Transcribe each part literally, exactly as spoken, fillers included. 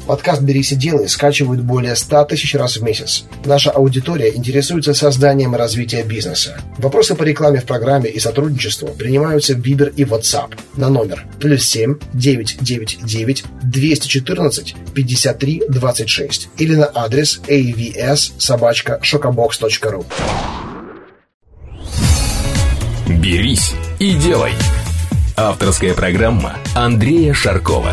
Подкаст «Берись и делай» скачивают более ста тысяч раз в месяц. Наша аудитория интересуется созданием и развитием бизнеса. Вопросы по рекламе в программе и сотрудничеству принимаются в Viber и WhatsApp на номер плюс семь девятьсот девяносто девять двести четырнадцать пятьдесят три двадцать шесть или на адрес эй ви эс собака шокобокс точка ру. «Берись и делай». Авторская программа Андрея Шаркова.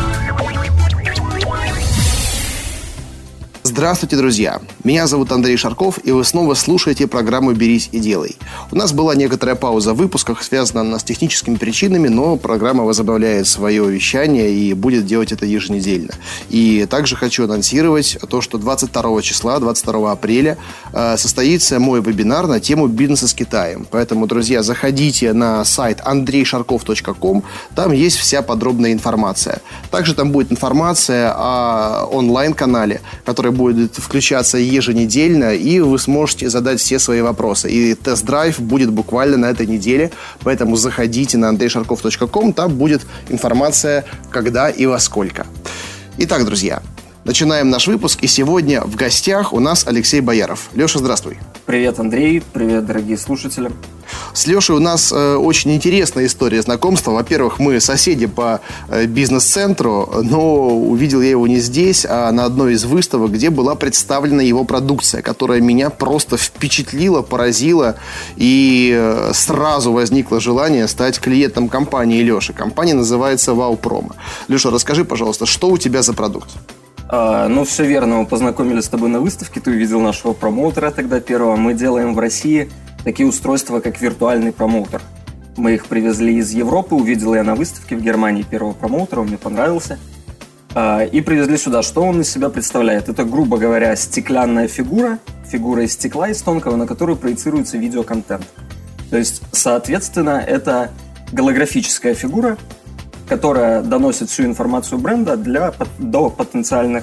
Здравствуйте, друзья! Меня зовут Андрей Шарков, и вы снова слушаете программу «Берись и делай». У нас была некоторая пауза в выпусках, связанная она с техническими причинами, но программа возобновляет свое вещание и будет делать это еженедельно. И также хочу анонсировать то, что двадцать второго числа, двадцать второго апреля, состоится мой вебинар на тему бизнеса с Китаем. Поэтому, друзья, заходите на сайт андрей шарков точка ком, там есть вся подробная информация. Также там будет информация о онлайн-канале, который будет включаться еженедельно, и вы сможете задать все свои вопросы. И тест-драйв будет буквально на этой неделе, поэтому заходите на андрей шарков точка ком, там будет информация, когда и во сколько. Итак, друзья, начинаем наш выпуск, и сегодня в гостях у нас Алексей Бояров. Леша, здравствуй. Привет, Андрей, привет, дорогие слушатели. С Лешей у нас э, очень интересная история знакомства. Во-первых, мы соседи по э, бизнес-центру, но увидел я его не здесь, а на одной из выставок, где была представлена его продукция, которая меня просто впечатлила, поразила, и э, сразу возникло желание стать клиентом компании Леши. Компания называется Wow Promo. Леша, расскажи, пожалуйста, что у тебя за продукт? А, ну, все верно, мы познакомились с тобой на выставке, ты увидел нашего промоутера тогда первого. Мы делаем в России такие устройства, как виртуальный промоутер. Мы их привезли из Европы, увидел я на выставке в Германии первого промоутера, он мне понравился. А, и привезли сюда. Что он из себя представляет? Это, грубо говоря, стеклянная фигура, фигура из стекла, из тонкого, на которую проецируется видеоконтент. То есть, соответственно, это голографическая фигура, которая доносит всю информацию бренда для, до потенциальных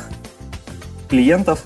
клиентов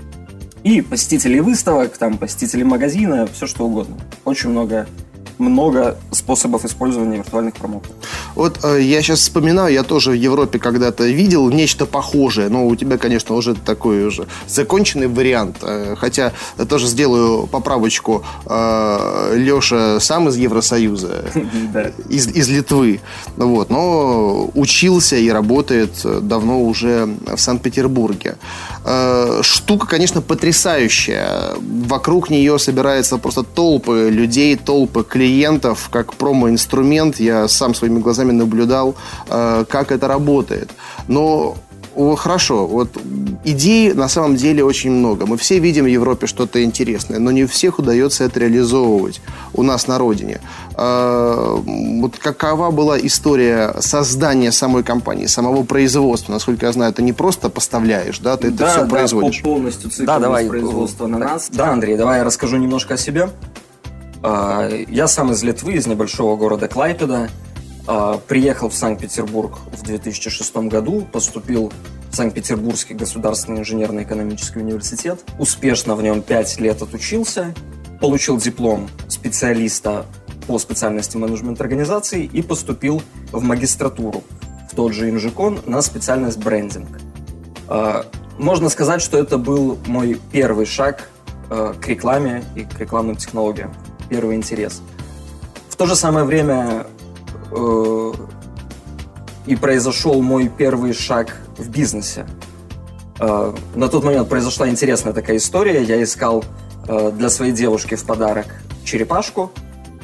и посетителей выставок, там, посетителей магазина, все что угодно. Очень много, много способов использования виртуальных промоутеров. Вот э, я сейчас вспоминаю, я тоже в Европе когда-то видел нечто похожее, но у тебя, конечно, уже такой уже законченный вариант. Э, хотя тоже сделаю поправочку. Э, Леша сам из Евросоюза, из, из Литвы, вот, но учился и работает давно уже в Санкт-Петербурге. Э, штука, конечно, потрясающая. Вокруг нее собираются просто толпы людей, толпы клиентов, как промо-инструмент. Я сам своими глазами наблюдал, как это работает. Но о, хорошо, вот идей на самом деле очень много. Мы все видим в Европе что-то интересное, но не у всех удается это реализовывать у нас на родине. Вот какова была история создания самой компании, самого производства? Насколько я знаю, ты не просто поставляешь, да, ты да, это все да, производишь. Полностью цикл да, давай, производства на нас. Да, Андрей, давай я расскажу немножко о себе. Я сам из Литвы, из небольшого города Клайпеда. Приехал в Санкт-Петербург в две тысячи шестом году, поступил в Санкт-Петербургский государственный инженерно-экономический университет. Успешно в нем пять лет отучился, получил диплом специалиста по специальности менеджмент организаций и поступил в магистратуру, в тот же Инжикон, на специальность брендинг. Можно сказать, что это был мой первый шаг к рекламе и к рекламным технологиям, первый интерес. В то же самое время э, и произошел мой первый шаг в бизнесе. Э, на тот момент произошла интересная такая история. Я искал э, для своей девушки в подарок черепашку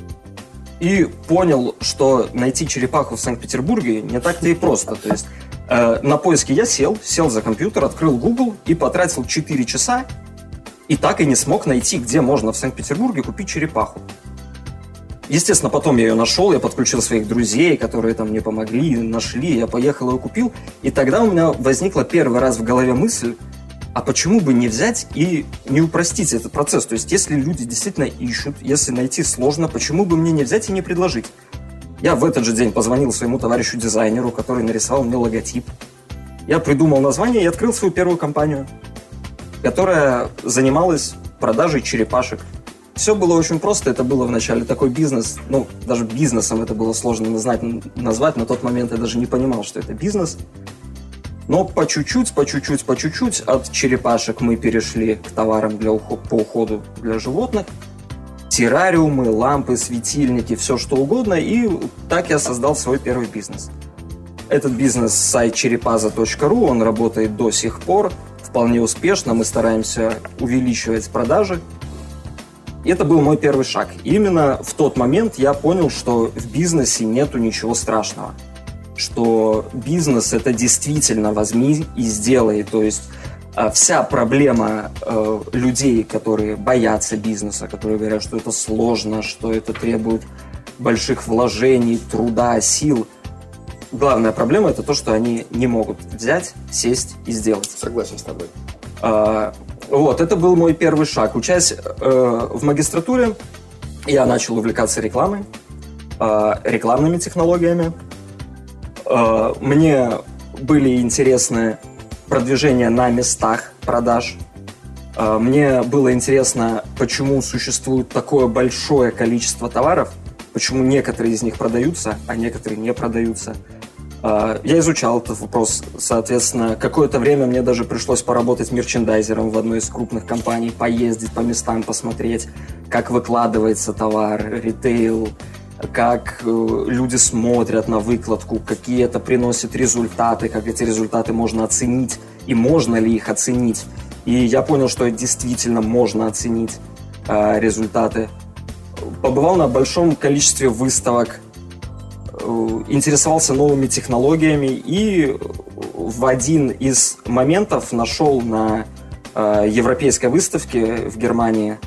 и понял, что найти черепаху в Санкт-Петербурге не так-то и просто. То есть э, на поиски я сел, сел за компьютер, открыл Google и потратил четыре часа, и так и не смог найти, где можно в Санкт-Петербурге купить черепаху. Естественно, потом я ее нашел, я подключил своих друзей, которые там мне помогли, нашли, я поехал и купил. И тогда у меня возникла первый раз в голове мысль, а почему бы не взять и не упростить этот процесс? То есть, если люди действительно ищут, если найти сложно, почему бы мне не взять и не предложить? Я в этот же день позвонил своему товарищу-дизайнеру, который нарисовал мне логотип. Я придумал название и открыл свою первую компанию, которая занималась продажей черепашек. Все было очень просто, это было вначале такой бизнес, ну, даже бизнесом это было сложно назвать, назвать, на тот момент я даже не понимал, что это бизнес. Но по чуть-чуть, по чуть-чуть, по чуть-чуть от черепашек мы перешли к товарам для уход- по уходу для животных. Террариумы, лампы, светильники, все что угодно. И так я создал свой первый бизнес. Этот бизнес сайт черепаза точка ру, он работает до сих пор. Вполне успешно, мы стараемся увеличивать продажи. И это был мой первый шаг. И именно в тот момент я понял, что в бизнесе нету ничего страшного. Что бизнес – это действительно возьми и сделай. То есть вся проблема э, людей, которые боятся бизнеса, которые говорят, что это сложно, что это требует больших вложений, труда, сил. Главная проблема – это то, что они не могут взять, сесть и сделать. Согласен с тобой. А, вот, это был мой первый шаг. Учась э, в магистратуре, я начал увлекаться рекламой, э, рекламными технологиями. Э, мне были интересны продвижения на местах продаж. Э, мне было интересно, почему существует такое большое количество товаров, почему некоторые из них продаются, а некоторые не продаются. Я изучал этот вопрос, соответственно, какое-то время мне даже пришлось поработать мерчендайзером в одной из крупных компаний, поездить по местам, посмотреть, как выкладывается товар, ритейл, как люди смотрят на выкладку, какие это приносит результаты, как эти результаты можно оценить и можно ли их оценить. И я понял, что действительно можно оценить результаты. Побывал на большом количестве выставок, интересовался новыми технологиями и в один из моментов нашел на э, европейской выставке в Германии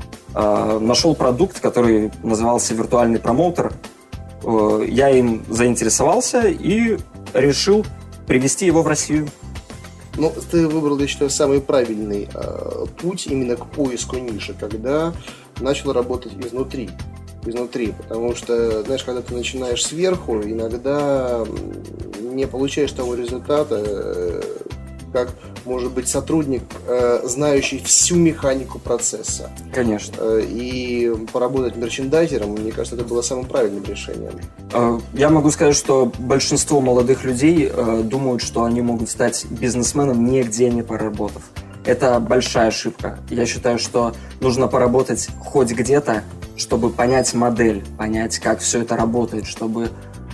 э, нашел продукт, который назывался виртуальный промоутер. Э, я им заинтересовался и решил привезти его в Россию. Ну, ты выбрал, я считаю, самый правильный э, путь именно к поиску ниши, когда начал работать изнутри. изнутри, потому что, знаешь, когда ты начинаешь сверху, иногда не получаешь того результата, как, может быть, сотрудник, знающий всю механику процесса. Конечно. И поработать мерчендайзером, мне кажется, это было самым правильным решением. Я могу сказать, что большинство молодых людей думают, что они могут стать бизнесменом, нигде не поработав. Это большая ошибка. Я считаю, что нужно поработать хоть где-то, чтобы понять модель, понять, как все это работает, чтобы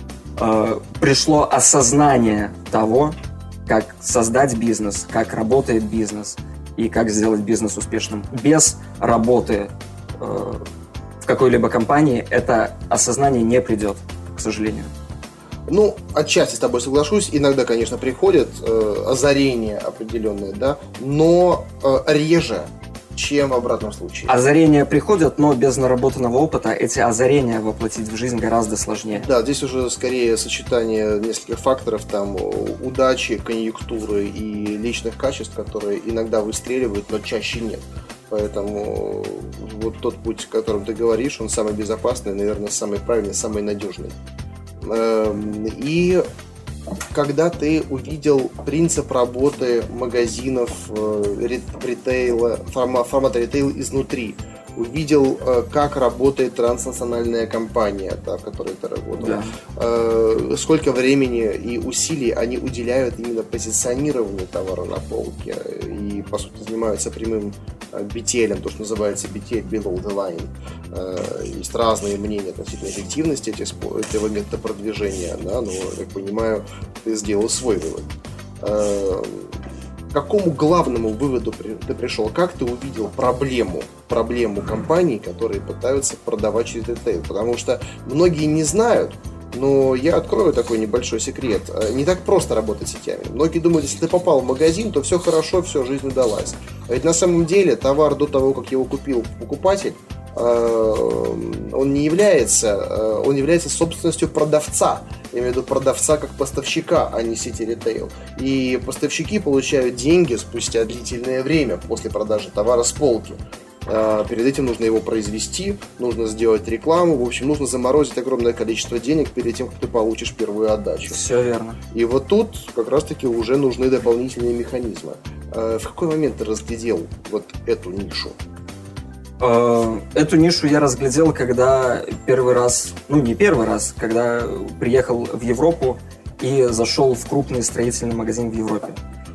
э, пришло осознание того, как создать бизнес, как работает бизнес и как сделать бизнес успешным. Без работы э, в какой-либо компании это осознание не придет, к сожалению. Ну, отчасти с тобой соглашусь. Иногда, конечно, приходят э, озарения определенные, да, но э, реже, чем в обратном случае. Озарения приходят, но без наработанного опыта эти озарения воплотить в жизнь гораздо сложнее. Да, здесь уже скорее сочетание нескольких факторов, там, удачи, конъюнктуры и личных качеств, которые иногда выстреливают, но чаще нет. Поэтому вот тот путь, о котором ты говоришь, он самый безопасный, наверное, самый правильный, самый надежный. И когда ты увидел принцип работы магазинов, ритейла, формата ритейл изнутри, увидел, как работает транснациональная компания, та, в которой ты работал, да. Сколько времени и усилий они уделяют именно позиционированию товара на полке и, по сути, занимаются прямым би ти эл, то, что называется би ти эл, below the line. Есть разные мнения относительно эффективности этого метода продвижения, да, но, как понимаю, ты сделал свой вывод. К какому главному выводу ты пришел? Как ты увидел проблему, проблему компаний, которые пытаются продавать через ритейл? Потому что многие не знают, но я открою такой небольшой секрет. Не так просто работать сетями. Многие думают, если ты попал в магазин, то все хорошо, все, жизнь удалась. А ведь на самом деле товар до того, как его купил покупатель, он не является, он является собственностью продавца. Я имею в виду продавца как поставщика, а не сети ритейл. И поставщики получают деньги спустя длительное время после продажи товара с полки. Перед этим нужно его произвести, нужно сделать рекламу. В общем, нужно заморозить огромное количество денег перед тем, как ты получишь первую отдачу. Все верно. И вот тут как раз-таки уже нужны дополнительные механизмы. В какой момент ты разглядел вот эту нишу? Эту нишу я разглядел, когда первый раз, ну не первый раз, когда приехал в Европу и зашел в крупный строительный магазин в Европе.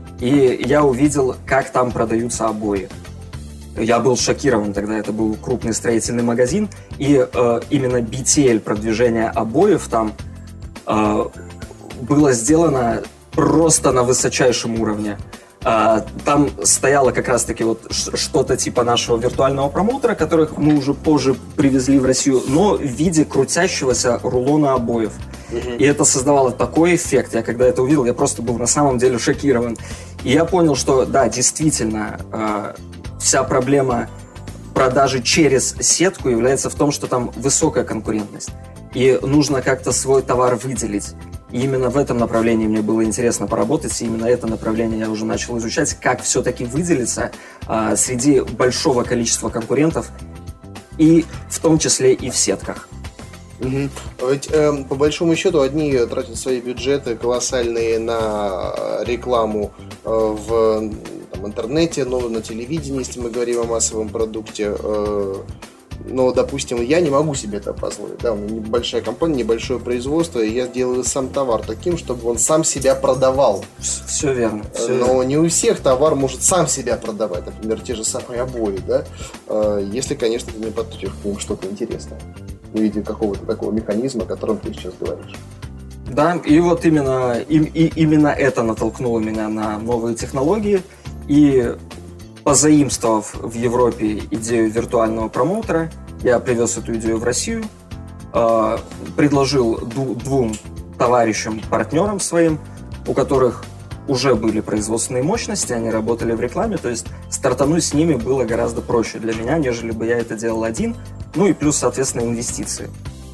И я увидел, как там продаются обои. Я был шокирован тогда, это был крупный строительный магазин, и э, именно би ти эл, продвижение обоев там, э, было сделано просто на высочайшем уровне. Э, там стояло как раз-таки вот что-то типа нашего виртуального промоутера, которых мы уже позже привезли в Россию, но в виде крутящегося рулона обоев. Mm-hmm. И это создавало такой эффект. Я когда это увидел, я просто был на самом деле шокирован. И я понял, что да, действительно, э, вся проблема продажи через сетку является в том, что там высокая конкурентность. И нужно как-то свой товар выделить. И именно в этом направлении мне было интересно поработать. И именно это направление я уже начал изучать, как все-таки выделиться э, среди большого количества конкурентов, и в том числе и в сетках. Угу. Ведь э, по большому счету одни тратят свои бюджеты колоссальные на рекламу э, в там, интернете, но на телевидении, если мы говорим о массовом продукте. Э, но, допустим, я не могу себе это позволить. Да, у меня небольшая компания, небольшое производство, и я делаю сам товар таким, чтобы он сам себя продавал. Все верно. Все но верно. не у всех товар может сам себя продавать. Например, те же самые обои, да? Э, если, конечно, ты не подточишь к ним что-то интересное в виде какого-то такого механизма, о котором ты сейчас говоришь. Да, и вот именно, и, и, именно это натолкнуло меня на новые технологии. И позаимствовав в Европе идею виртуального промоутера, я привез эту идею в Россию, э, предложил ду- двум товарищам, партнерам своим, у которых уже были производственные мощности, они работали в рекламе, то есть стартануть с ними было гораздо проще для меня, нежели бы я это делал один, ну и плюс, соответственно, инвестиции.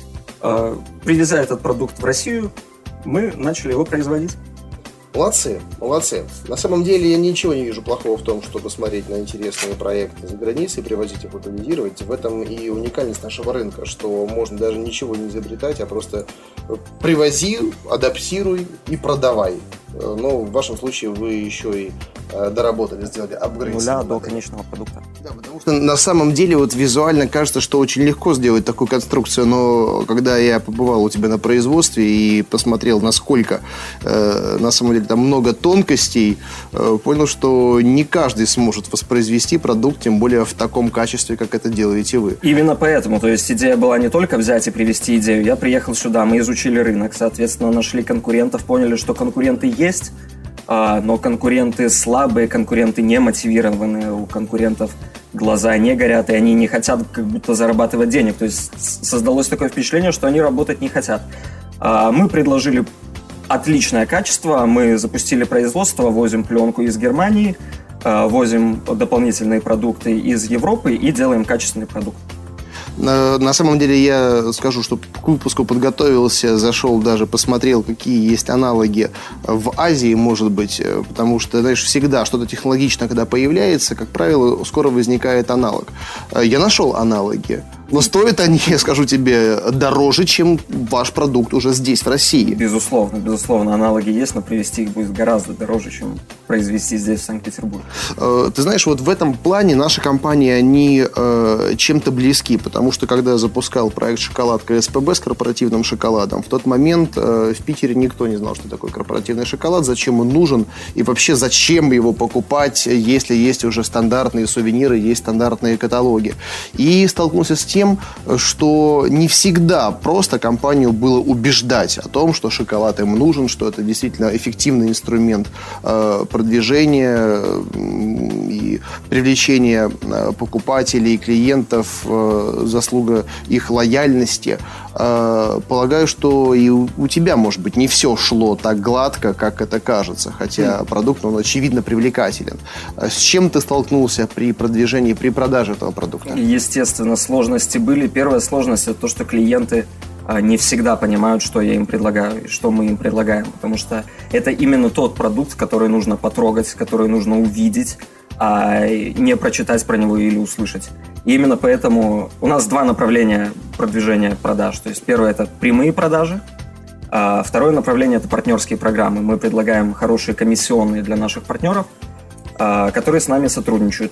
Э, привезя этот продукт в Россию, мы начали его производить. Молодцы, молодцы. На самом деле я ничего не вижу плохого в том, чтобы смотреть на интересные проекты за границей, привозить их, локализировать. В этом и уникальность нашего рынка, что можно даже ничего не изобретать, а просто привози, адаптируй и продавай. Но в вашем случае вы еще и доработали, сделали апгрейд. Нуля до конечного продукта. Да, потому что на самом деле вот визуально кажется, что очень легко сделать такую конструкцию, но когда я побывал у тебя на производстве и посмотрел, насколько э, на самом деле там много тонкостей, э, понял, что не каждый сможет воспроизвести продукт, тем более в таком качестве, как это делаете вы. Именно поэтому, то есть идея была не только взять и привести идею. Я приехал сюда, мы изучили рынок, соответственно, нашли конкурентов, поняли, что конкуренты есть, но конкуренты слабые, конкуренты не мотивированные, у конкурентов глаза не горят, и они не хотят как будто зарабатывать денег. То есть создалось такое впечатление, что они работать не хотят. Мы предложили отличное качество, мы запустили производство, возим пленку из Германии, возим дополнительные продукты из Европы и делаем качественный продукт. На самом деле я скажу, что к выпуску подготовился, зашел даже, посмотрел, какие есть аналоги в Азии, может быть, потому что, знаешь, всегда что-то технологичное, когда появляется, как правило, скоро возникает аналог. Я нашел аналоги, но стоят они, я скажу тебе, дороже, чем ваш продукт уже здесь, в России. Безусловно, безусловно, аналоги есть, но привезти их будет гораздо дороже, чем произвести здесь, в Санкт-Петербурге. Ты знаешь, вот в этом плане наши компании, они э, чем-то близки, потому что когда я запускал проект «Шоколадка СПБ» с корпоративным шоколадом, в тот момент э, в Питере никто не знал, что такое корпоративный шоколад, зачем он нужен и вообще зачем его покупать, если есть уже стандартные сувениры, есть стандартные каталоги. И столкнулся с тем, что не всегда просто компанию было убеждать о том, что шоколад им нужен, что это действительно эффективный инструмент э, продвижения и привлечения покупателей и клиентов, э, заслуга их лояльности. Э, полагаю, что и у, у тебя, может быть, не все шло так гладко, как это кажется, хотя продукт, он очевидно привлекателен. С чем ты столкнулся при продвижении, при продаже этого продукта? Естественно, сложности были. Первая сложность – это то, что клиенты не всегда понимают, что я им предлагаю и что мы им предлагаем, потому что это именно тот продукт, который нужно потрогать, который нужно увидеть, а не прочитать про него или услышать. И именно поэтому у нас два направления продвижения продаж. То есть первое – это прямые продажи, а второе направление – это партнерские программы. Мы предлагаем хорошие комиссионные для наших партнеров, которые с нами сотрудничают.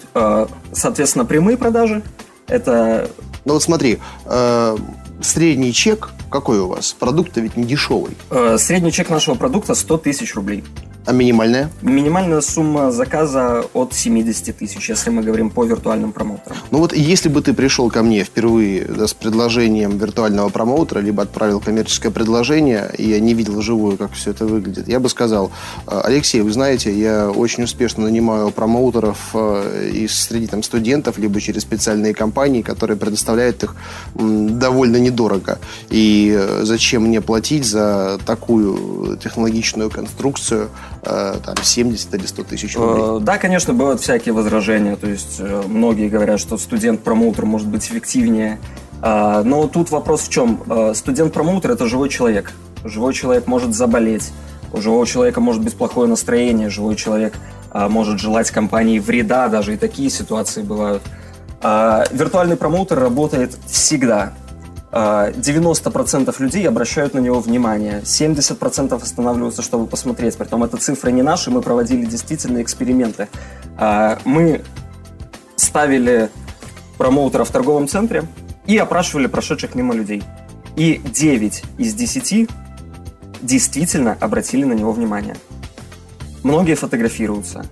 Соответственно, прямые продажи – это… Ну вот смотри, э, средний чек какой у вас? Продукт-то ведь не дешевый. Средний чек нашего продукта сто тысяч рублей. А минимальная? Минимальная сумма заказа от семьдесят тысяч, если мы говорим по виртуальным промоутерам. Ну вот если бы ты пришел ко мне впервые, да, с предложением виртуального промоутера, либо отправил коммерческое предложение, и я не видел вживую, как все это выглядит, я бы сказал: Алексей, вы знаете, я очень успешно нанимаю промоутеров из среди там, студентов, либо через специальные компании, которые предоставляют их довольно недорого. И зачем мне платить за такую технологичную конструкцию там семьдесят или сто тысяч рублей? Да, конечно, бывают всякие возражения. То есть многие говорят, что студент-промоутер может быть эффективнее. Но тут вопрос в чем? Студент-промоутер – это живой человек. Живой человек может заболеть. У живого человека может быть плохое настроение. Живой человек может желать компании вреда. Даже и такие ситуации бывают. Виртуальный промоутер работает всегда. девяносто процентов людей обращают на него внимание, семьдесят процентов останавливаются, чтобы посмотреть. Притом это цифры не наши, мы проводили действительно эксперименты. Мы ставили промоутера в торговом центре и опрашивали прошедших мимо людей. И девять из десяти действительно обратили на него внимание. Многие фотографируются.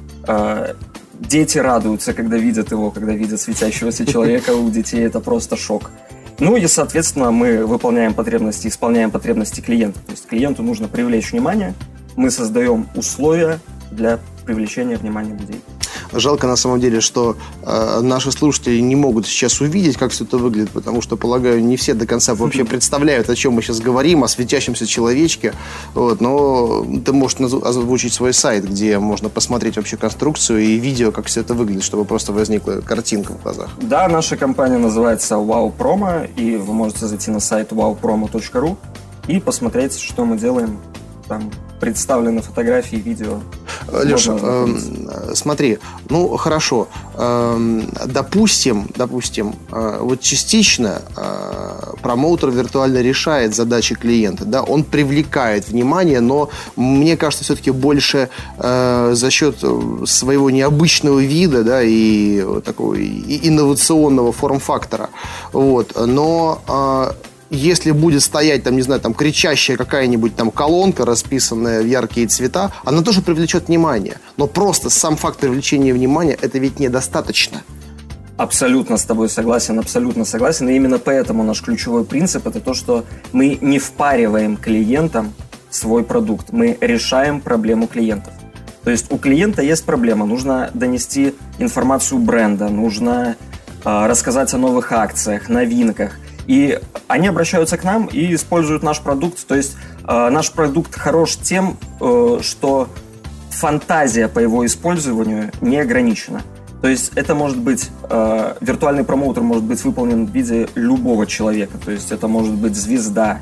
Дети радуются, когда видят его, когда видят светящегося человека. У детей это просто шок. Ну и, соответственно, мы выполняем потребности, исполняем потребности клиента. То есть клиенту нужно привлечь внимание, мы создаем условия для привлечения внимания людей. Жалко на самом деле, что э, наши слушатели не могут сейчас увидеть, как все это выглядит, потому что, полагаю, не все до конца вообще представляют, о чем мы сейчас говорим, о светящемся человечке. Вот, но ты можешь озвучить свой сайт, где можно посмотреть вообще конструкцию и видео, как все это выглядит, чтобы просто возникла картинка в глазах. Да, наша компания называется Wow Promo, и вы можете зайти на сайт wow promo точка ru и посмотреть, что мы делаем. Там представлены фотографии, видео. Леша, э, смотри, ну хорошо, э, допустим, допустим, э, вот частично э, промоутер виртуально решает задачи клиента, да, он привлекает внимание, но мне кажется, все-таки больше э, за счет своего необычного вида, да, и такого и инновационного форм-фактора, вот, но э, если будет стоять, там, не знаю, там, кричащая какая-нибудь там колонка, расписанная в яркие цвета, она тоже привлечет внимание. Но просто сам факт привлечения внимания, это ведь недостаточно. Абсолютно с тобой согласен, абсолютно согласен. И именно поэтому наш ключевой принцип – это то, что мы не впариваем клиентам свой продукт. Мы решаем проблему клиентов. То есть у клиента есть проблема. Нужно донести информацию бренда, нужно э, рассказать о новых акциях, новинках. И они обращаются к нам и используют наш продукт. То есть э, наш продукт хорош тем, э, что фантазия по его использованию не ограничена. То есть это может быть, э, виртуальный промоутер может быть выполнен в виде любого человека. То есть это может быть звезда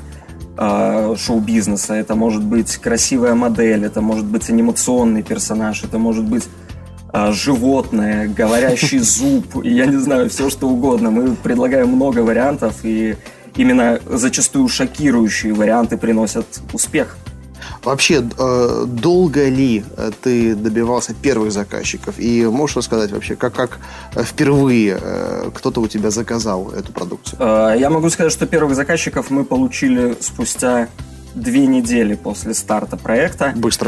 э, шоу-бизнеса, это может быть красивая модель, это может быть анимационный персонаж, это может быть животное, говорящий зуб, я не знаю, все что угодно. Мы предлагаем много вариантов, и именно зачастую шокирующие варианты приносят успех. Вообще, долго ли ты добивался первых заказчиков? И можешь рассказать вообще, как, как впервые кто-то у тебя заказал эту продукцию? Я могу сказать, что первых заказчиков мы получили спустя две недели после старта проекта. Быстро.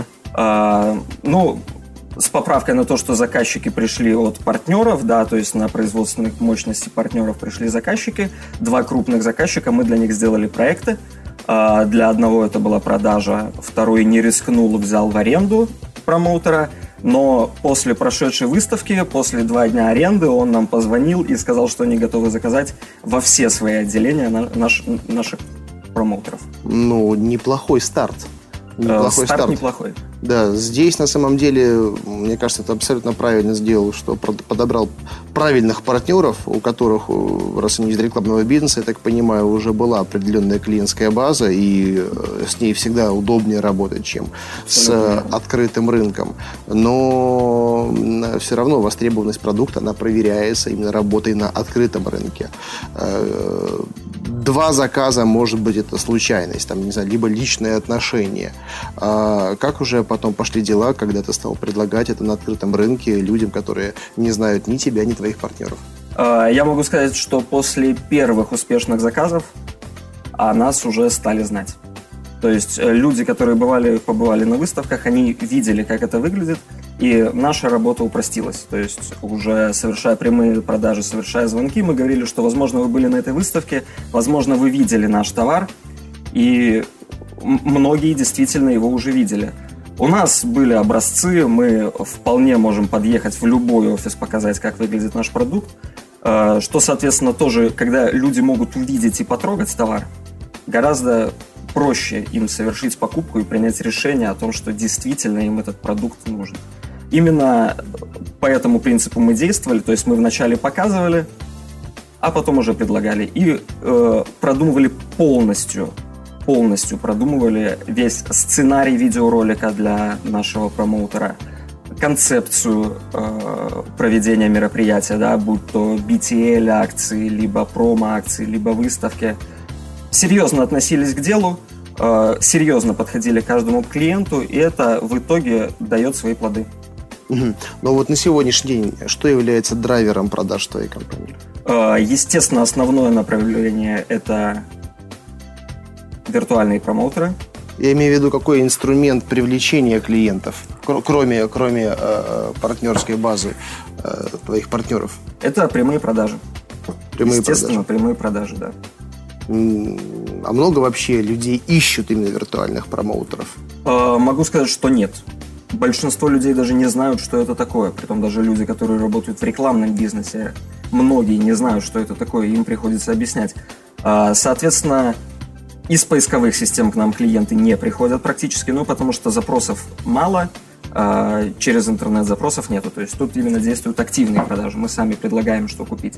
Ну, с поправкой на то, что заказчики пришли от партнеров, да, то есть на производственных мощности партнеров пришли заказчики. Два крупных заказчика, мы для них сделали проекты. Для одного это была продажа, второй не рискнул, взял в аренду промоутера. Но после прошедшей выставки, после два дня аренды, он нам позвонил и сказал, что они готовы заказать во все свои отделения наш, наших промоутеров. Ну, неплохой старт. Неплохой старт, старт неплохой. Да, здесь на самом деле, мне кажется, это абсолютно правильно сделал, что подобрал правильных партнеров, у которых, раз они из рекламного бизнеса, я так понимаю, уже была определенная клиентская база, и с ней всегда удобнее работать, чем с открытым рынком. Но все равно востребованность продукта, она проверяется именно работой на открытом рынке. Два заказа, может быть, это случайность, там, не знаю, либо личные отношения. А как уже потом пошли дела, когда ты стал предлагать это на открытом рынке людям, которые не знают ни тебя, ни твоих партнеров? Я могу сказать, что после первых успешных заказов а нас уже стали знать. То есть люди, которые бывали, побывали на выставках, они видели, как это выглядит, и наша работа упростилась. То есть уже совершая прямые продажи, совершая звонки, мы говорили, что, возможно, вы были на этой выставке, возможно, вы видели наш товар, и многие действительно его уже видели. У нас были образцы, мы вполне можем подъехать в любой офис, показать, как выглядит наш продукт, что, соответственно, тоже, когда люди могут увидеть и потрогать товар, гораздо проще им совершить покупку и принять решение о том, что действительно им этот продукт нужен. Именно по этому принципу мы действовали, то есть мы вначале показывали, а потом уже предлагали. И э, продумывали полностью, полностью продумывали весь сценарий видеоролика для нашего промоутера, концепцию э, проведения мероприятия, да, будь то би ти эл акции, либо промо-акции, либо выставки. Серьезно относились к делу, э, серьезно подходили к каждому клиенту, и это в итоге дает свои плоды. Угу. Но вот на сегодняшний день что является драйвером продаж твоей компании? Э, естественно, основное направление – это виртуальные промоутеры. Я имею в виду, какой инструмент привлечения клиентов, кроме, кроме э, партнерской базы э, твоих партнеров? Это прямые продажи. Прямые Естественно, продажи. прямые продажи, да. А много вообще людей ищут именно виртуальных промоутеров? Э, могу сказать, что нет. Большинство людей даже не знают, что это такое. Притом даже люди, которые работают в рекламном бизнесе, многие не знают, что это такое, им приходится объяснять. Э, соответственно, из поисковых систем к нам клиенты не приходят практически, ну, потому что запросов мало, э, через интернет запросов нету. То есть тут именно действуют активные продажи. Мы сами предлагаем, что купить.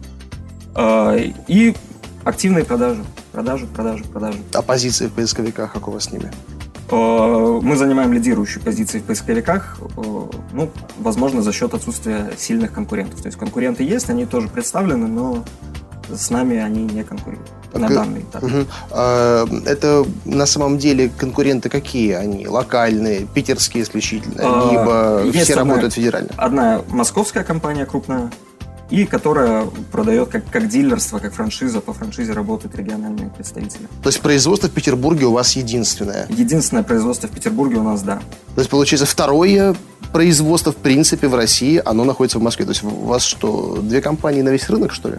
Э, и активные продажи. Продажи, продажи, продажи. А позиции в поисковиках, как у вас с ними? Э, мы занимаем лидирующие позиции в поисковиках, э, ну, возможно, за счет отсутствия сильных конкурентов. То есть конкуренты есть, они тоже представлены, но с нами они не конкурируют на данный этап. Угу. А, это на самом деле конкуренты какие они? Локальные, питерские исключительно, а, либо все одна, работают федерально? Одна московская компания крупная, и которая продает как, как дилерство, как франшиза. По франшизе работают региональные представители. То есть производство в Петербурге у вас единственное? Единственное производство в Петербурге у нас, да. То есть, получается, второе производство, в принципе, в России, оно находится в Москве. То есть у вас что, две компании на весь рынок, что ли?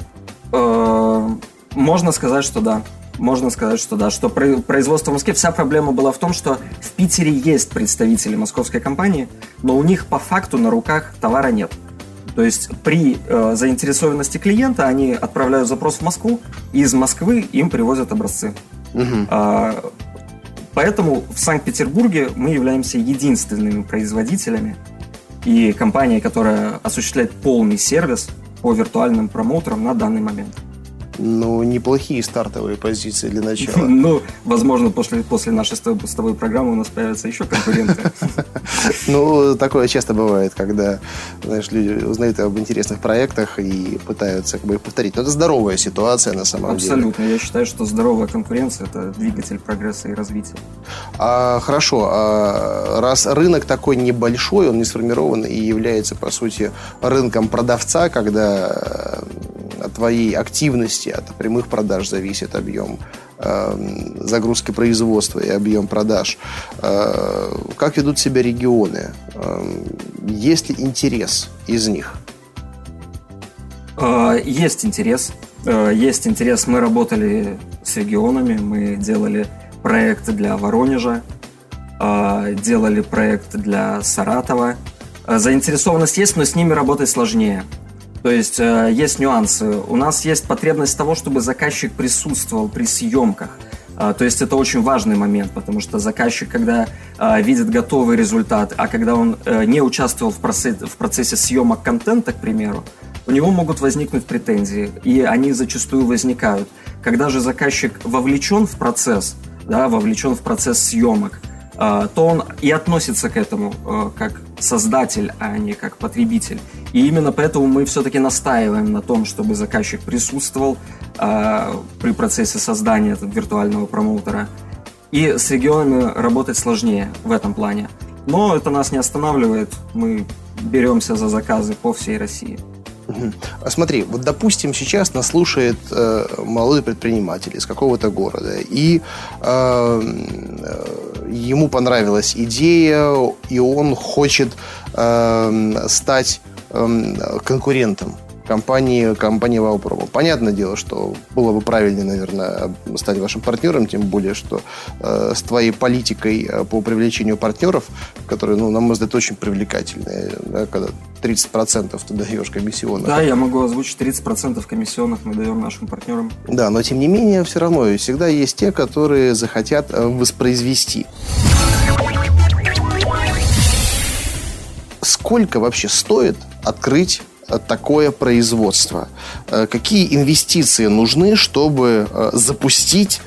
Можно сказать, что да. Можно сказать, что да. Что производство в Москве, вся проблема была в том, что в Питере есть представители московской компании, но у них по факту на руках товара нет. То есть при э, заинтересованности клиента они отправляют запрос в Москву, и из Москвы им привозят образцы. Угу. А, поэтому в Санкт-Петербурге мы являемся единственными производителями и компанией, которая осуществляет полный сервис по виртуальным промоутерам на данный момент. Ну, неплохие стартовые позиции для начала. Ну, возможно, после, после нашей с тобой программы у нас появятся еще конкуренты. Ну, такое часто бывает, когда, знаешь, люди узнают об интересных проектах и пытаются как бы их повторить. Но это здоровая ситуация на самом деле. Абсолютно. Я считаю, что здоровая конкуренция – это двигатель прогресса и развития. А, хорошо. А раз рынок такой небольшой, он не сформирован и является, по сути, рынком продавца, когда от твоей активности, от прямых продаж зависит объем э, загрузки производства и объем продаж. Э, как ведут себя регионы? Э, есть ли интерес из них? Есть интерес. Есть интерес. Мы работали с регионами, мы делали проекты для Воронежа, делали проект для Саратова. Заинтересованность есть, но с ними работать сложнее. То есть э, есть нюансы. У нас есть потребность того, чтобы заказчик присутствовал при съемках. Э, то есть это очень важный момент, потому что заказчик, когда э, видит готовый результат, а когда он э, не участвовал в процессе, в процессе съемок контента, к примеру, у него могут возникнуть претензии, и они зачастую возникают. Когда же заказчик вовлечен в процесс, да, вовлечен в процесс съемок, то он и относится к этому как создатель, а не как потребитель. И именно поэтому мы все-таки настаиваем на том, чтобы заказчик присутствовал при процессе создания этого виртуального промоутера. И с регионами работать сложнее в этом плане. Но это нас не останавливает. Мы беремся за заказы по всей России. Угу. Смотри, вот допустим, сейчас нас слушает э, молодой предприниматель из какого-то города, и э, ему понравилась идея, и он хочет э, стать э, конкурентом компании, компании Ваупрома. Понятное дело, что было бы правильнее, наверное, стать вашим партнером, тем более, что э, с твоей политикой по привлечению партнеров, которые, ну, на мой взгляд, очень привлекательные, да, когда тридцать процентов ты даешь комиссионных. Да, я могу озвучить тридцать процентов комиссионных мы даем нашим партнерам. Да, но тем не менее, все равно всегда есть те, которые захотят воспроизвести. Сколько вообще стоит открыть такое производство? Какие инвестиции нужны, чтобы запустить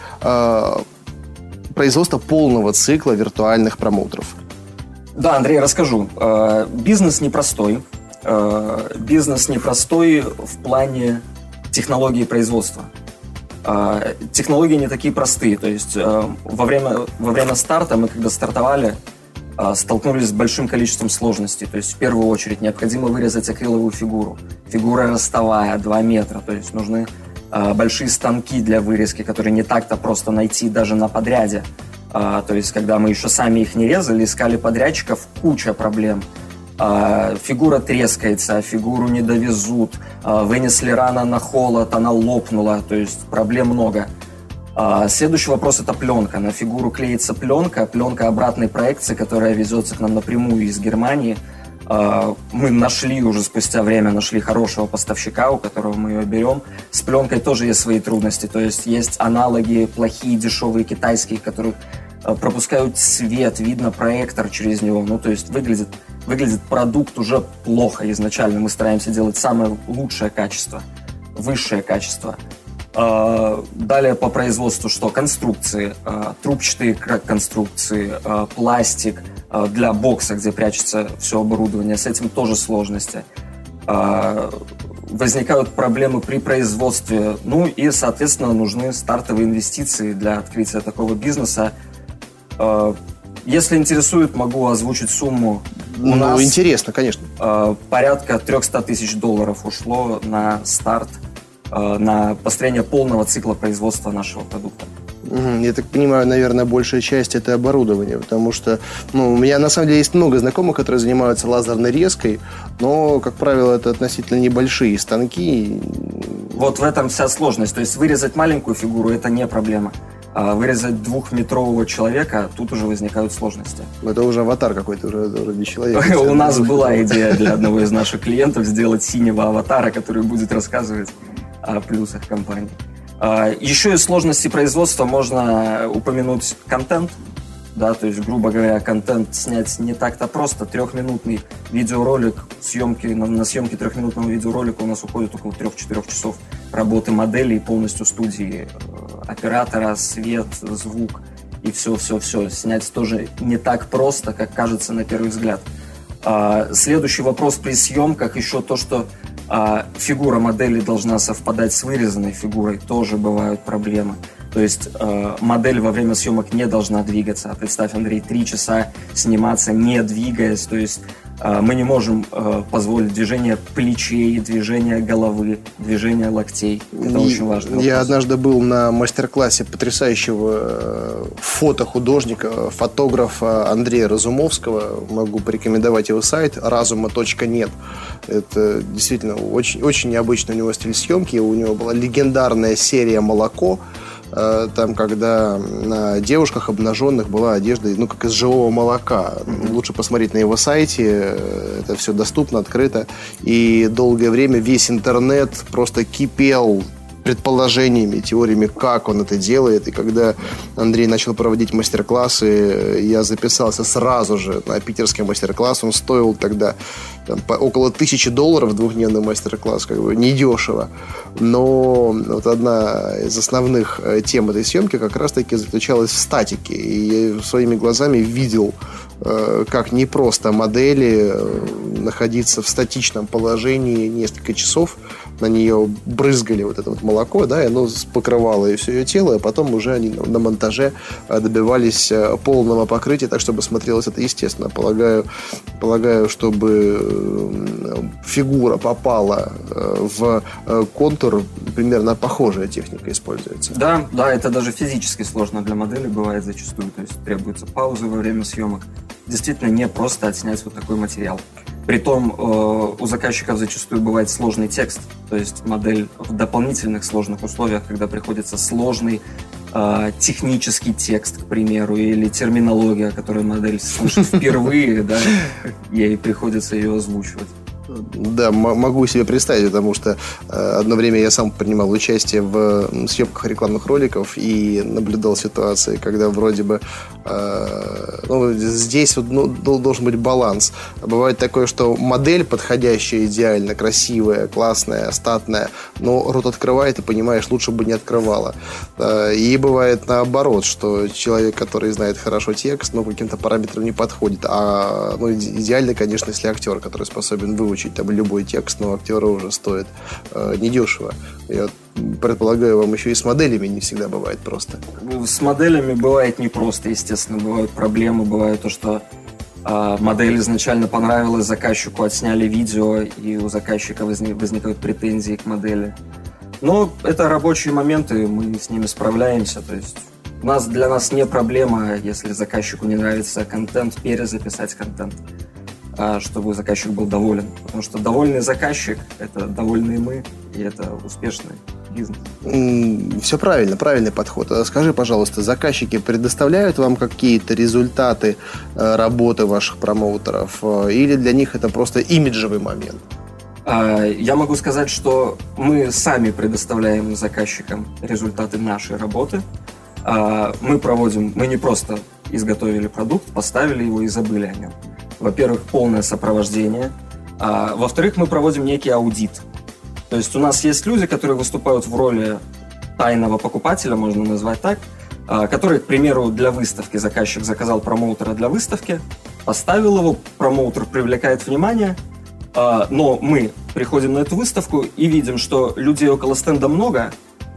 производство полного цикла виртуальных промоутеров? Да, Андрей, расскажу. Бизнес непростой. Бизнес непростой в плане технологии производства. Технологии не такие простые. То есть во время, во время старта, мы когда стартовали, столкнулись с большим количеством сложностей. То есть в первую очередь необходимо вырезать акриловую фигуру. Фигура ростовая, два метра. То есть нужны большие станки для вырезки, которые не так-то просто найти даже на подряде. То есть когда мы еще сами их не резали, искали подрядчиков, куча проблем. Фигура трескается, фигуру не довезут, вынесли рано на холод, она лопнула. То есть проблем много. Следующий вопрос – это пленка. На фигуру клеится пленка, пленка обратной проекции, которая везется к нам напрямую из Германии. Мы нашли уже спустя время, нашли хорошего поставщика, у которого мы ее берем. С пленкой тоже есть свои трудности. То есть есть аналоги плохие, дешевые, китайские, которые пропускают свет, видно проектор через него. Ну, то есть выглядит, выглядит продукт уже плохо изначально. Мы стараемся делать самое лучшее качество, высшее качество. Далее по производству что? Конструкции, трубчатые конструкции, пластик для бокса, где прячется все оборудование. С этим тоже сложности. Возникают проблемы при производстве. Ну и, соответственно, нужны стартовые инвестиции для открытия такого бизнеса. Если интересует, могу озвучить сумму. У ну, нас интересно, конечно. Порядка триста тысяч долларов ушло на старт, на построение полного цикла производства нашего продукта. Я так понимаю, наверное, большая часть это оборудование, потому что ну, у меня на самом деле есть много знакомых, которые занимаются лазерной резкой, но, как правило, это относительно небольшие станки. Вот в этом вся сложность. То есть вырезать маленькую фигуру – это не проблема. А вырезать двухметрового человека, тут уже возникают сложности. Это уже аватар какой-то, уже, уже не человек. У нас была идея для одного из наших клиентов сделать синего аватара, который будет рассказывать о плюсах компании. Еще из сложностей производства можно упомянуть контент. Да, то есть, грубо говоря, контент снять не так-то просто. Трехминутный видеоролик, съемки, на, на съемки трехминутного видеоролика у нас уходит около трех-четырех часов работы модели и полностью студии оператора, свет, звук и все-все-все. Снять тоже не так просто, как кажется на первый взгляд. Следующий вопрос при съемках еще то, что а фигура модели должна совпадать с вырезанной фигурой, тоже бывают проблемы. То есть э, модель во время съемок не должна двигаться. Представь, Андрей, три часа сниматься, не двигаясь. То есть э, мы не можем э, позволить движение плечей, движение головы, движение локтей. Это И очень важно. Я вопрос. однажды был на мастер-классе потрясающего фотохудожника, фотографа Андрея Разумовского. Могу порекомендовать его сайт разума точка нет. Это действительно очень, очень необычный у него стиль съемки. У него была легендарная серия «Молоко». Там, когда на девушках обнаженных была одежда, ну, как из живого молока. Mm-hmm. Лучше посмотреть на его сайте. Это все доступно, открыто. И долгое время весь интернет просто кипел предположениями, теориями, как он это делает. И когда Андрей начал проводить мастер-классы, я записался сразу же на питерский мастер-класс. Он стоил тогда там, по, около тысячи долларов, двухдневный мастер-класс, как бы недешево. Но вот одна из основных тем этой съемки как раз-таки заключалась в статике. И я своими глазами видел, как непросто модели находиться в статичном положении несколько часов. На нее брызгали вот это вот молоко, да, и оно покрывало и все ее тело, а потом уже они на монтаже добивались полного покрытия, так, чтобы смотрелось это естественно. Полагаю, полагаю, чтобы фигура попала в контур, примерно похожая техника используется. Да, да, это даже физически сложно для модели бывает зачастую, то есть требуются паузы во время съемок. Действительно не просто отснять вот такой материал. Притом у заказчиков зачастую бывает сложный текст, то есть модель в дополнительных сложных условиях, когда приходится сложный технический текст, к примеру, или терминология, которую модель слышит впервые, да, ей приходится ее озвучивать. Да, м- могу себе представить, потому что э, одно время я сам принимал участие в э, съемках рекламных роликов и наблюдал ситуации, когда вроде бы э, ну, здесь вот, ну, должен быть баланс. Бывает такое, что модель подходящая, идеально, красивая, классная, статная, но рот открывает и понимаешь, лучше бы не открывала. Э, и бывает наоборот, что человек, который знает хорошо текст, но каким-то параметрам не подходит. А ну, идеально, конечно, если актер, который способен выучить там любой текст, но актера уже стоит э, недешево. Я предполагаю, вам еще и с моделями не всегда бывает просто. С моделями бывает непросто, естественно. Бывают проблемы, бывает то, что э, модель изначально понравилась заказчику, отсняли видео, и у заказчика возник, возникают претензии к модели. Но это рабочие моменты, мы с ними справляемся. То есть у нас, для нас не проблема, если заказчику не нравится контент, перезаписать контент, чтобы заказчик был доволен. Потому что довольный заказчик – это довольные мы, и это успешный бизнес. Все правильно, правильный подход. Скажи, пожалуйста, заказчики предоставляют вам какие-то результаты работы ваших промоутеров, или для них это просто имиджевый момент? Я могу сказать, что мы сами предоставляем заказчикам результаты нашей работы. Мы проводим, мы не просто изготовили продукт, поставили его и забыли о нем. Во-первых, полное сопровождение. А, во-вторых, мы проводим некий аудит. То есть у нас есть люди, которые выступают в роли тайного покупателя, можно назвать так, а, который, к примеру, для выставки заказчик заказал промоутера для выставки, поставил его, промоутер привлекает внимание, а, но мы приходим на эту выставку и видим, что людей около стенда много,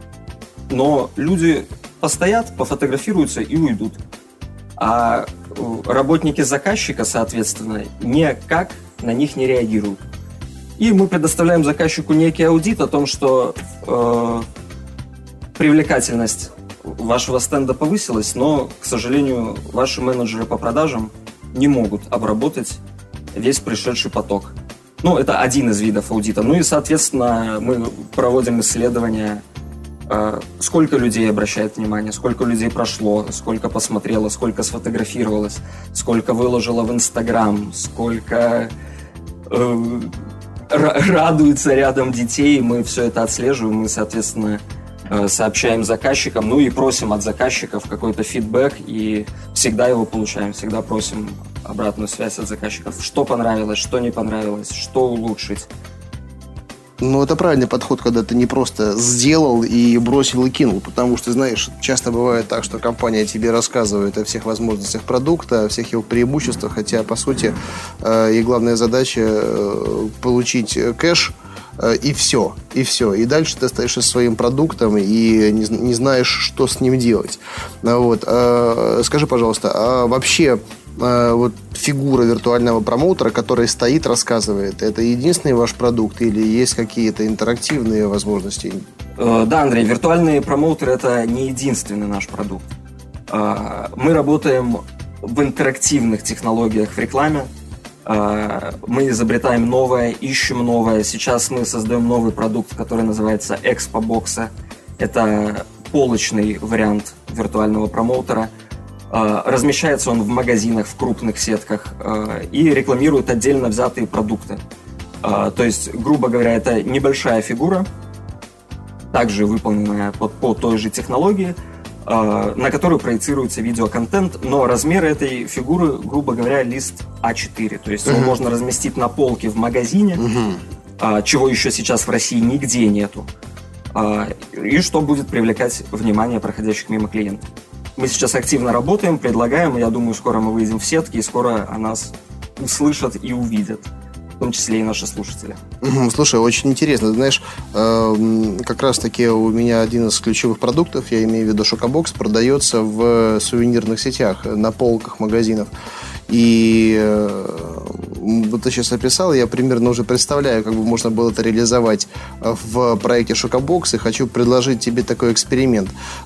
но люди постоят, пофотографируются и уйдут. А работники заказчика, соответственно, никак на них не реагируют. И мы предоставляем заказчику некий аудит о том, что э, привлекательность вашего стенда повысилась, но, к сожалению, ваши менеджеры по продажам не могут обработать весь пришедший поток. Ну, это один из видов аудита. Ну и, соответственно, мы проводим исследования, сколько людей обращает внимание, сколько людей прошло, сколько посмотрело, сколько сфотографировалось, сколько выложило в Инстаграм, сколько э, радуется рядом детей. Мы все это отслеживаем, мы, соответственно, э, сообщаем заказчикам, ну и просим от заказчиков какой-то фидбэк, и всегда его получаем, всегда просим обратную связь от заказчиков, что понравилось, что не понравилось, что улучшить. Ну, это правильный подход, когда ты не просто сделал и бросил и кинул, потому что, знаешь, часто бывает так, что компания тебе рассказывает о всех возможностях продукта, о всех его преимуществах, хотя, по сути, э, и главная задача э, получить кэш, э, и все, и все. И дальше ты остаешься со своим продуктом и не, не знаешь, что с ним делать. Вот. Э, скажи, пожалуйста, а вообще вот фигура виртуального промоутера, который стоит, рассказывает, это единственный ваш продукт или есть какие-то интерактивные возможности? Да, Андрей, виртуальные промоутеры – это не единственный наш продукт. Мы работаем в интерактивных технологиях в рекламе. Мы изобретаем новое, ищем новое. Сейчас мы создаем новый продукт, который называется Expo-боксы. Это полочный вариант виртуального промоутера. Размещается он в магазинах, в крупных сетках и рекламирует отдельно взятые продукты. То есть, грубо говоря, это небольшая фигура, также выполненная по, по той же технологии, на которую проецируется видеоконтент, но размер этой фигуры, грубо говоря, лист а четыре. То есть, uh-huh. его можно разместить на полке в магазине, uh-huh. чего еще сейчас в России нигде нету, и что будет привлекать внимание проходящих мимо клиентов. Мы сейчас активно работаем, предлагаем, и я думаю, скоро мы выйдем в сетки, и скоро о нас услышат и увидят, в том числе и наши слушатели. Слушай, очень интересно. Ты знаешь, как раз-таки у меня один из ключевых продуктов, я имею в виду Шокобокс, продается в сувенирных сетях, на полках магазинов. И вот ты сейчас описал, я примерно уже представляю, как бы можно было это реализовать в проекте Шокобокс, и хочу предложить тебе такой эксперимент.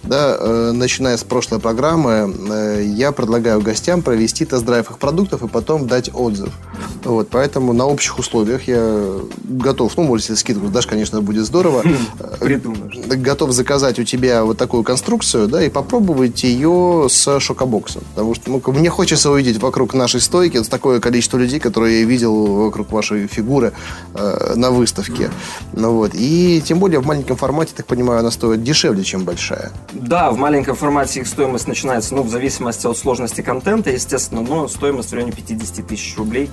Да, начиная с прошлой программы, я предлагаю гостям провести тест-драйв их продуктов и потом дать отзыв. Вот, поэтому на общих условиях я готов, ну, может, если скидку дашь, конечно, будет здорово. Придумаешь. Готов заказать у тебя вот такую конструкцию, да, и попробовать ее с Шокобоксом. Потому что, ну, мне хочется увидеть вокруг нашей стойки такое количество людей, которые я видел вокруг вашей фигуры э, на выставке. Ну, вот. И тем более в маленьком формате, так понимаю, она стоит дешевле, чем большая. Да, в маленьком формате их стоимость начинается, ну, в зависимости от сложности контента, естественно, но стоимость в районе пятьдесят тысяч рублей.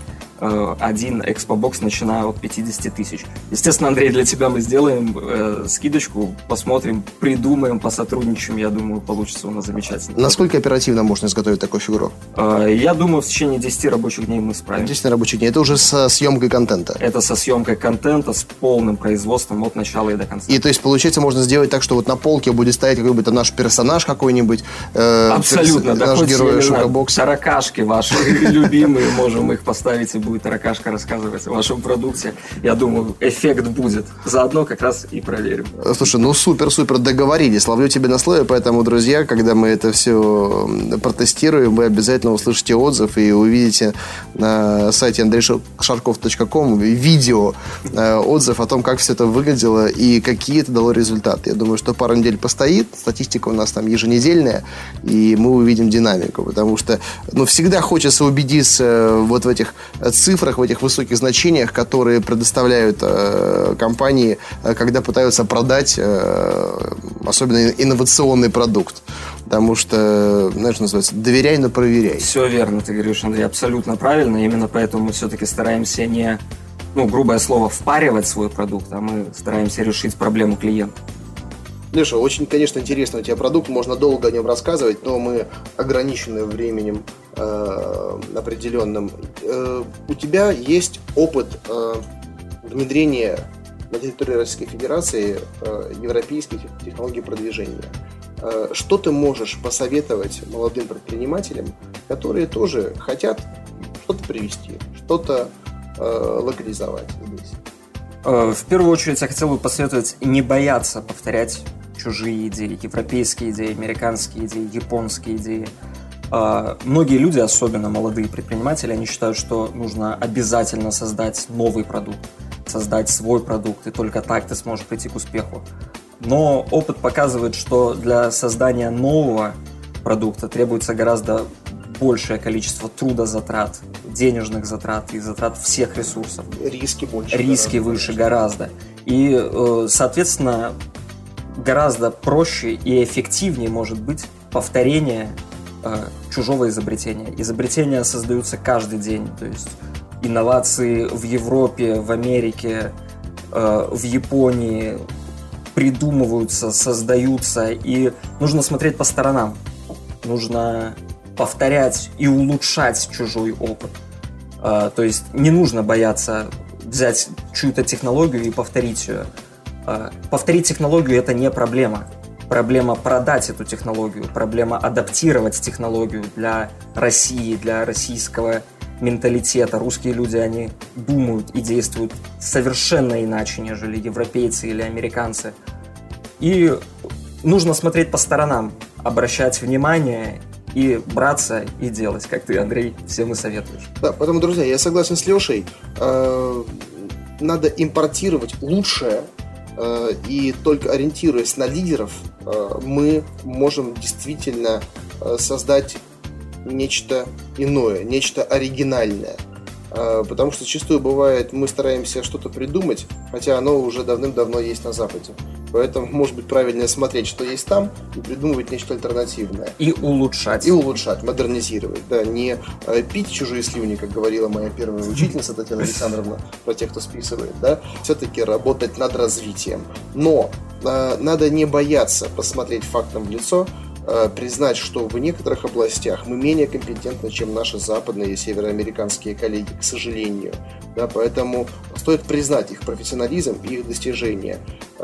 Один экспобокс, начиная от пятьдесят тысяч. Естественно, Андрей, для тебя мы сделаем э, скидочку, посмотрим, придумаем, посотрудничаем. Я думаю, получится у нас замечательно. Насколько оперативно можно изготовить такую фигуру? Э, я думаю, в течение десяти рабочих дней мы справимся. десять рабочих дней. Это уже со съемкой контента? Это со съемкой контента, с полным производством от начала и до конца. И то есть, получается, можно сделать так, что вот на полке будет стоять какой-то наш персонаж какой-нибудь. Э, Абсолютно. Перс... Да, наш хоть герой Шокобокса. Таракашки ваши любимые, можем их поставить, и будет таракашка рассказывать о вашем продукте. Я думаю, эффект будет. Заодно как раз и проверим. Слушай, ну супер-супер договорились. Ловлю тебя на слове, поэтому, друзья, когда мы это все протестируем, вы обязательно услышите отзыв и увидите на сайте андрей шарков точка ком видео отзыв о том, как все это выглядело и какие это дало результаты. Я думаю, что пару недель постоит, статистика у нас там еженедельная, и мы увидим динамику, потому что, ну, всегда хочется убедиться вот в этих цифрах, в этих высоких значениях, которые предоставляют э, компании, э, когда пытаются продать э, особенно инновационный продукт. Потому что, знаешь, что называется, доверяй, но проверяй. Все верно, ты говоришь, Андрей, абсолютно правильно. Именно поэтому мы все-таки стараемся не, ну, грубое слово, впаривать свой продукт, а мы стараемся решить проблему клиента. Леша, очень, конечно, интересный у тебя продукт, можно долго о нем рассказывать, но мы ограничены временем э, определенным. Э, у тебя есть опыт э, внедрения на территории Российской Федерации э, европейских технологий продвижения. Э, что ты можешь посоветовать молодым предпринимателям, которые тоже хотят что-то привести, что-то э, локализовать здесь? В первую очередь я хотел бы посоветовать не бояться повторять чужие идеи, европейские идеи, американские идеи, японские идеи. Многие люди, особенно молодые предприниматели, они считают, что нужно обязательно создать новый продукт, создать свой продукт, и только так ты сможешь прийти к успеху. Но опыт показывает, что для создания нового продукта требуется гораздо большее количество трудозатрат, денежных затрат и затрат всех ресурсов. Риски больше. Риски гораздо. выше гораздо. И, соответственно, гораздо проще и эффективнее может быть повторение чужого изобретения. Изобретения создаются каждый день. То есть инновации в Европе, в Америке, в Японии придумываются, создаются. И нужно смотреть по сторонам. Нужно повторять и улучшать чужой опыт. А, то есть не нужно бояться взять чью-то технологию и повторить ее. А, повторить технологию – это не проблема. Проблема продать эту технологию, проблема адаптировать технологию для России, для российского менталитета. Русские люди, они думают и действуют совершенно иначе, нежели европейцы или американцы. И нужно смотреть по сторонам, обращать внимание и браться и делать, как ты, Андрей, всем и советуешь. Да, поэтому, друзья, я согласен с Лешей. Э, надо импортировать лучшее, э, и только ориентируясь на лидеров, э, мы можем действительно э, создать нечто иное, нечто оригинальное. Э, потому что зачастую бывает, мы стараемся что-то придумать, хотя оно уже давным-давно есть на Западе. Поэтому, может быть, правильнее смотреть, что есть там, и придумывать нечто альтернативное. И улучшать. И улучшать, модернизировать. Да, не э, пить чужие слюни, как говорила моя первая учительница Татьяна Александровна, про тех, кто списывает, да, все-таки работать над развитием. Но э, надо не бояться посмотреть фактам в лицо, э, признать, что в некоторых областях мы менее компетентны, чем наши западные и североамериканские коллеги, к сожалению. Да, поэтому стоит признать их профессионализм и их достижения.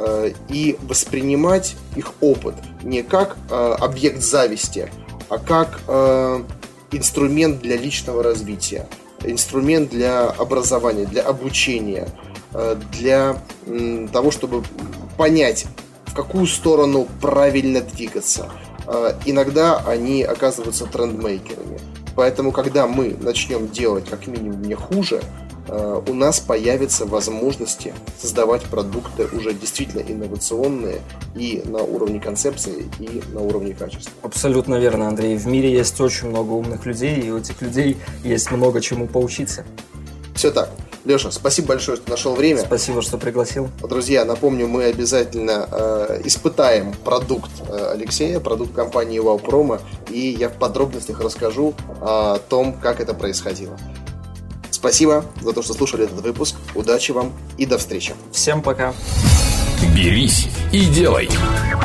И воспринимать их опыт не как э, объект зависти, а как э, инструмент для личного развития. инструмент для образования, для обучения, для того, чтобы понять, в какую сторону правильно двигаться. Иногда они оказываются трендмейкерами. Поэтому, когда мы начнем делать как минимум не хуже, у нас появятся возможности создавать продукты уже действительно инновационные и на уровне концепции, и на уровне качества. Абсолютно верно, Андрей. В мире есть очень много умных людей, и у этих людей есть много чему поучиться. Все так. Леша, спасибо большое, что нашел время. Спасибо, что пригласил. Друзья, напомню, мы обязательно э, испытаем продукт э, Алексея, продукт компании Вау-Промо, и я в подробностях расскажу о том, как это происходило. Спасибо за то, что слушали этот выпуск. Удачи вам и до встречи. Всем пока. Берись и делай.